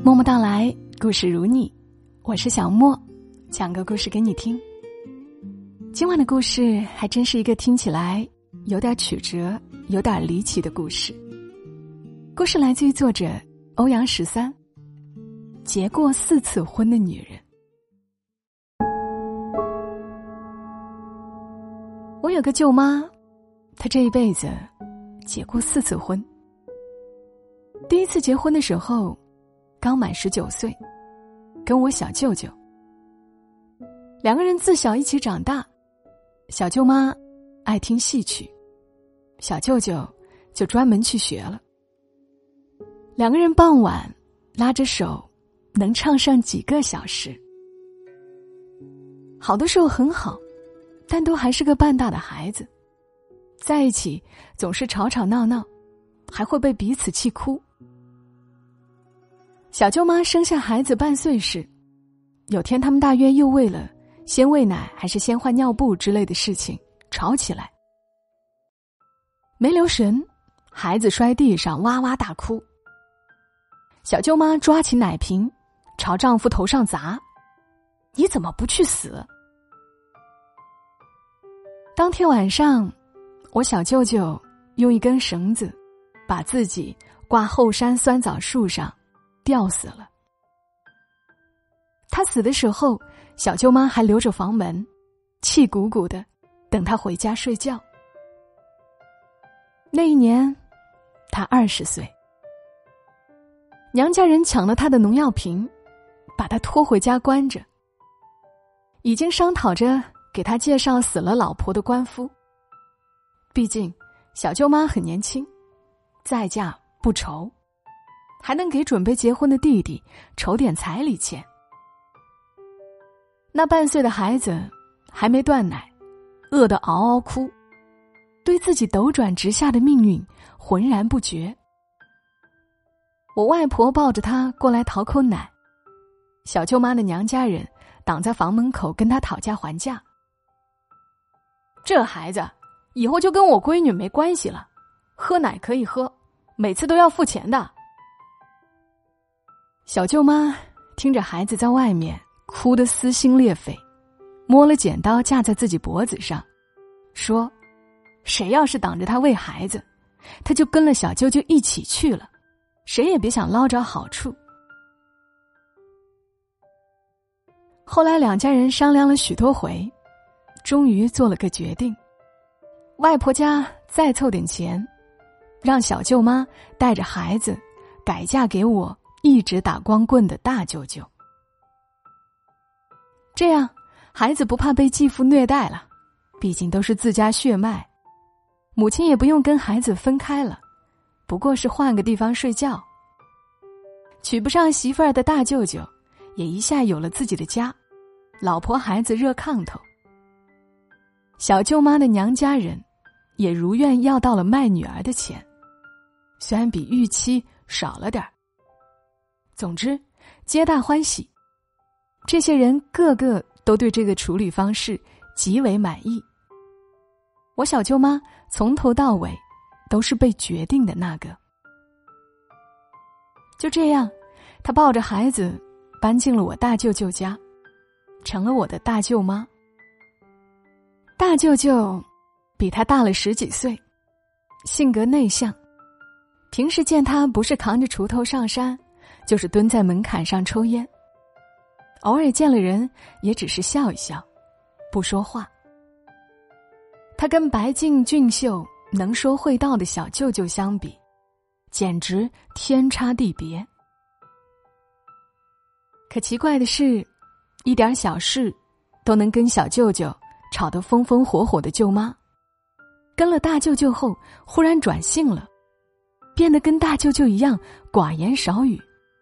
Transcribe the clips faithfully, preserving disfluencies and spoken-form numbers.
默默到来，故事如你，我是小莫，讲个故事给你听。今晚的故事还真是一个听起来有点曲折有点离奇的故事。故事来自于作者欧阳十三，结过四次婚的女人。我有个舅妈，她这一辈子结过四次婚。第一次结婚的时候刚满十九岁，跟我小舅舅，两个人自小一起长大。小舅妈爱听戏曲，小舅舅就专门去学了。两个人傍晚拉着手能唱上几个小时，好的时候很好，但都还是个半大的孩子，在一起总是吵吵闹闹，还会被彼此气哭。小舅妈生下孩子半岁时，有天他们大约又为了先喂奶还是先换尿布之类的事情吵起来，没留神，孩子摔地上哇哇大哭。小舅妈抓起奶瓶朝丈夫头上砸，你怎么不去死？当天晚上，我小舅舅用一根绳子把自己挂后山酸枣树上吊死了。他死的时候，小舅妈还留着房门，气鼓鼓的等他回家睡觉。那一年他二十岁，娘家人抢了他的农药瓶，把他拖回家关着，已经商讨着给他介绍死了老婆的官夫。毕竟小舅妈很年轻，再嫁不愁，还能给准备结婚的弟弟筹点彩礼钱。那半岁的孩子还没断奶，饿得嗷嗷哭，对自己斗转直下的命运浑然不觉。我外婆抱着他过来讨口奶，小舅妈的娘家人挡在房门口跟他讨价还价。这孩子以后就跟我闺女没关系了，喝奶可以喝，每次都要付钱的。小舅妈听着孩子在外面哭得撕心裂肺，摸了剪刀架在自己脖子上，说谁要是挡着他喂孩子，他就跟了小舅舅一起去了，谁也别想捞着好处。后来两家人商量了许多回，终于做了个决定，外婆家再凑点钱，让小舅妈带着孩子改嫁给我一直打光棍的大舅舅。这样孩子不怕被继父虐待了，毕竟都是自家血脉，母亲也不用跟孩子分开了，不过是换个地方睡觉。娶不上媳妇儿的大舅舅也一下有了自己的家，老婆孩子热炕头。小舅妈的娘家人也如愿要到了卖女儿的钱，虽然比预期少了点儿，总之皆大欢喜。这些人个个都对这个处理方式极为满意。我小舅妈从头到尾都是被决定的那个。就这样，她抱着孩子搬进了我大舅舅家，成了我的大舅妈。大舅舅比她大了十几岁，性格内向，平时见他不是扛着锄头上山，就是蹲在门槛上抽烟，偶尔见了人也只是笑一笑，不说话。他跟白净俊秀能说会道的小舅舅相比，简直天差地别。可奇怪的是，一点小事都能跟小舅舅吵得风风火火的舅妈，跟了大舅舅后忽然转性了，变得跟大舅舅一样寡言少语。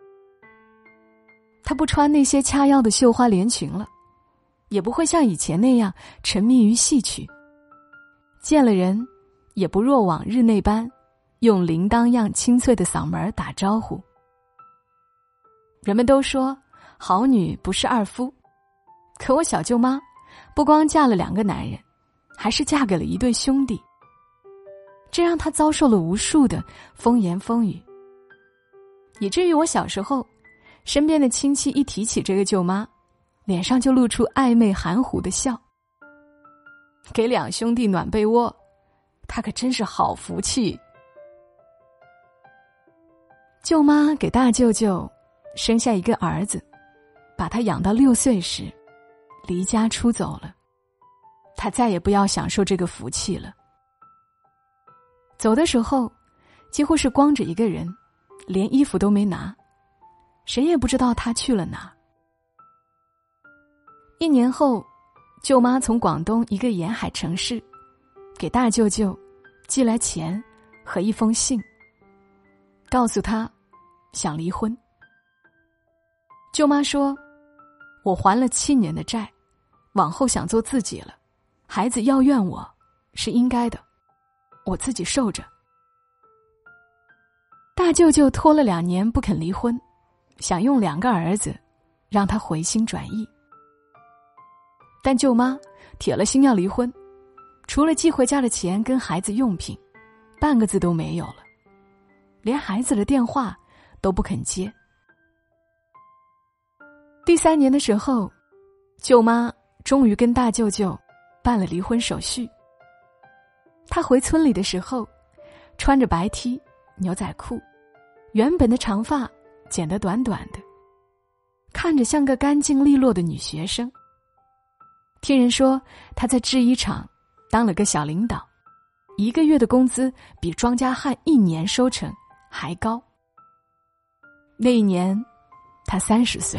她不穿那些掐腰的绣花连裙了，也不会像以前那样沉迷于戏曲，见了人也不若往日那般用铃铛样清脆的嗓门打招呼。人们都说好女不是二夫，可我小舅妈不光嫁了两个男人，还是嫁给了一对兄弟，这让她遭受了无数的风言风语，以至于我小时候身边的亲戚一提起这个舅妈，脸上就露出暧昧含糊的笑。给两兄弟暖被窝，他可真是好福气。舅妈给大舅舅生下一个儿子，把他养到六岁时，离家出走了。他再也不要享受这个福气了。走的时候，几乎是光着一个人，连衣服都没拿，谁也不知道他去了哪。一年后，舅妈从广东一个沿海城市给大舅舅寄来钱和一封信，告诉他想离婚。舅妈说，我还了七年的债，往后想做自己了，孩子要怨我是应该的，我自己受着。大舅舅拖了两年不肯离婚，想用两个儿子让他回心转意。但舅妈铁了心要离婚，除了寄回家的钱跟孩子用品，半个字都没有了，连孩子的电话都不肯接。第三年的时候，舅妈终于跟大舅舅办了离婚手续。她回村里的时候，穿着白 T 牛仔裤，原本的长发剪得短短的，看着像个干净利落的女学生。听人说她在制衣厂当了个小领导，一个月的工资比庄稼汉一年收成还高。那一年她三十岁。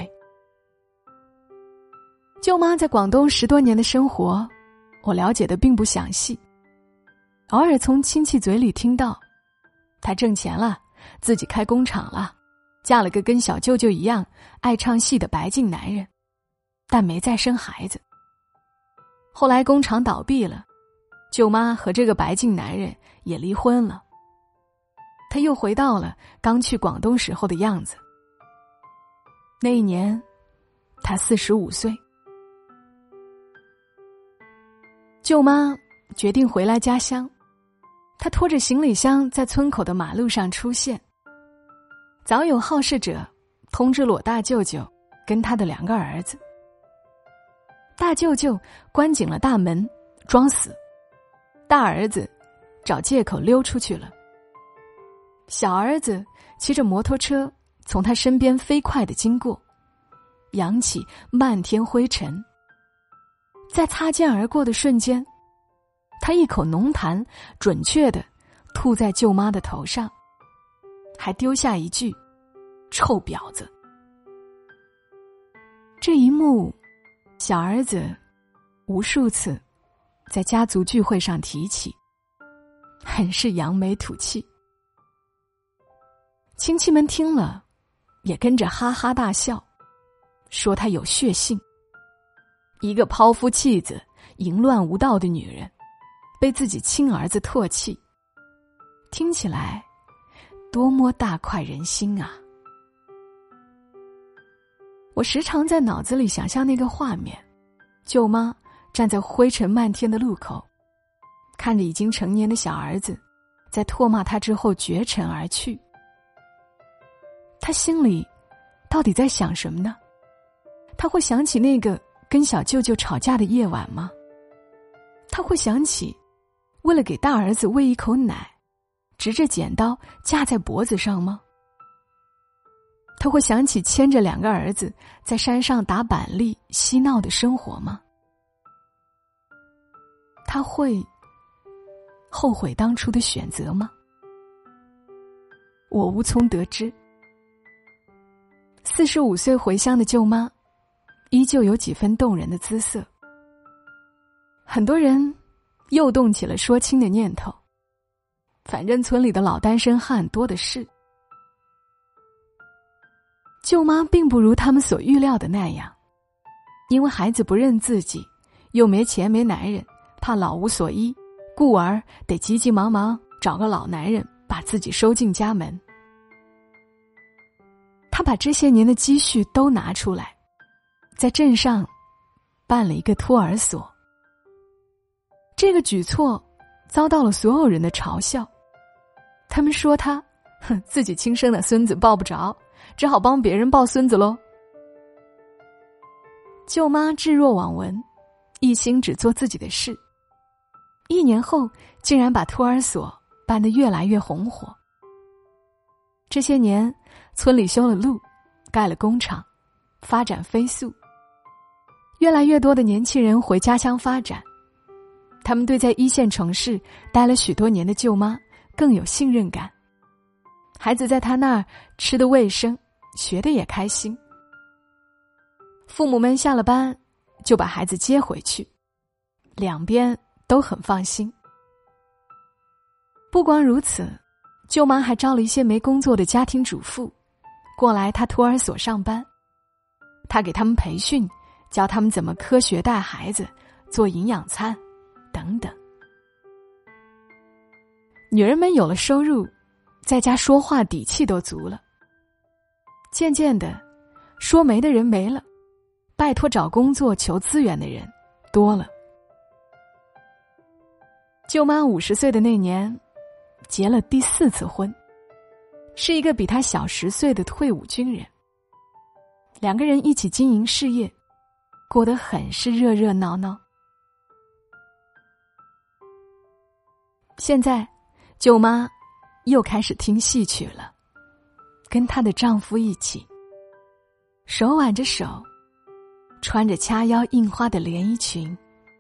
舅妈在广东十多年的生活，我了解的并不详细，偶尔从亲戚嘴里听到她挣钱了，自己开工厂了，嫁了个跟小舅舅一样爱唱戏的白净男人，但没再生孩子。后来工厂倒闭了，舅妈和这个白净男人也离婚了，她又回到了刚去广东时候的样子。那一年她四十五岁。舅妈决定回来家乡，她拖着行李箱在村口的马路上出现。早有好事者通知了我大舅舅跟他的两个儿子。大舅舅关紧了大门，装死；大儿子找借口溜出去了。小儿子骑着摩托车从他身边飞快地经过，扬起漫天灰尘。在擦肩而过的瞬间，他一口浓痰准确地吐在舅妈的头上，还丢下一句臭婊子。这一幕，小儿子无数次在家族聚会上提起，很是扬眉吐气。亲戚们听了也跟着哈哈大笑，说她有血性。一个抛夫弃子、淫乱无道的女人，被自己亲儿子唾弃，听起来多么大快人心啊！我时常在脑子里想象那个画面，舅妈站在灰尘漫天的路口，看着已经成年的小儿子在唾骂他之后绝尘而去。他心里到底在想什么呢？他会想起那个跟小舅舅吵架的夜晚吗？他会想起为了给大儿子喂一口奶，执着剪刀架在脖子上吗？他会想起牵着两个儿子在山上打板栗嬉闹的生活吗？他会后悔当初的选择吗？我无从得知。四十五岁回乡的舅妈依旧有几分动人的姿色。很多人又动起了说亲的念头，反正村里的老单身汉多的是。舅妈并不如他们所预料的那样，因为孩子不认自己，又没钱没男人，怕老无所依，故而得急急忙忙找个老男人把自己收进家门。他把这些年的积蓄都拿出来，在镇上办了一个托儿所。这个举措遭到了所有人的嘲笑，他们说他哼，自己亲生的孙子抱不着， 只好帮别人抱孙子喽。舅妈置若罔闻，一心只做自己的事，一年后竟然把托儿所办得越来越红火。这些年，村里修了路，盖了工厂，发展飞速，越来越多的年轻人回家乡发展，他们对在一线城市待了许多年的舅妈更有信任感，孩子在他那儿吃得卫生，学得也开心。父母们下了班就把孩子接回去，两边都很放心。不光如此，舅妈还招了一些没工作的家庭主妇过来她托儿所上班，她给他们培训，教他们怎么科学带孩子，做营养餐等等。女人们有了收入，在家说话底气都足了。渐渐的，说没的人没了，拜托找工作求资源的人多了。舅妈五十岁的那年，结了第四次婚，是一个比她小十岁的退伍军人。两个人一起经营事业，过得很是热热闹闹。现在，舅妈又开始听戏曲了，跟她的丈夫一起，手挽着手，穿着掐腰印花的连衣裙。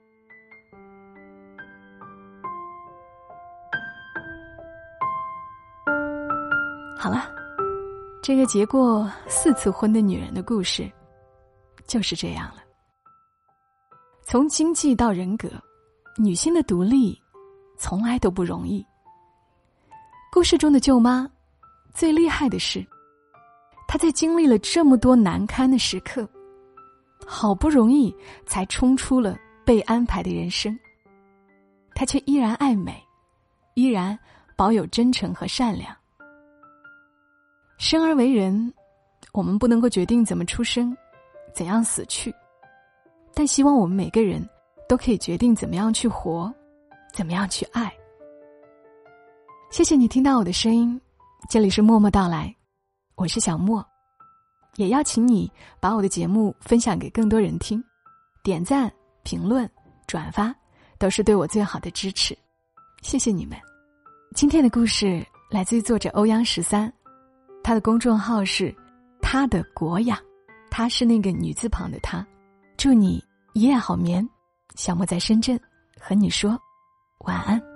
好了，这个结过四次婚的女人的故事就是这样了。从经济到人格，女性的独立从来都不容易。故事中的舅妈最厉害的是，她在经历了这么多难堪的时刻，好不容易才冲出了被安排的人生，她却依然爱美，依然保有真诚和善良。生而为人，我们不能够决定怎么出生，怎样死去，但希望我们每个人都可以决定怎么样去活，怎么样去爱。谢谢你听到我的声音，这里是默默到来，我是小默，也邀请你把我的节目分享给更多人听，点赞、评论、转发都是对我最好的支持，谢谢你们。今天的故事来自于作者欧阳十三，他的公众号是他的国雅，他是那个女字旁的他。祝你一夜好眠，小莫在深圳和你说晚安。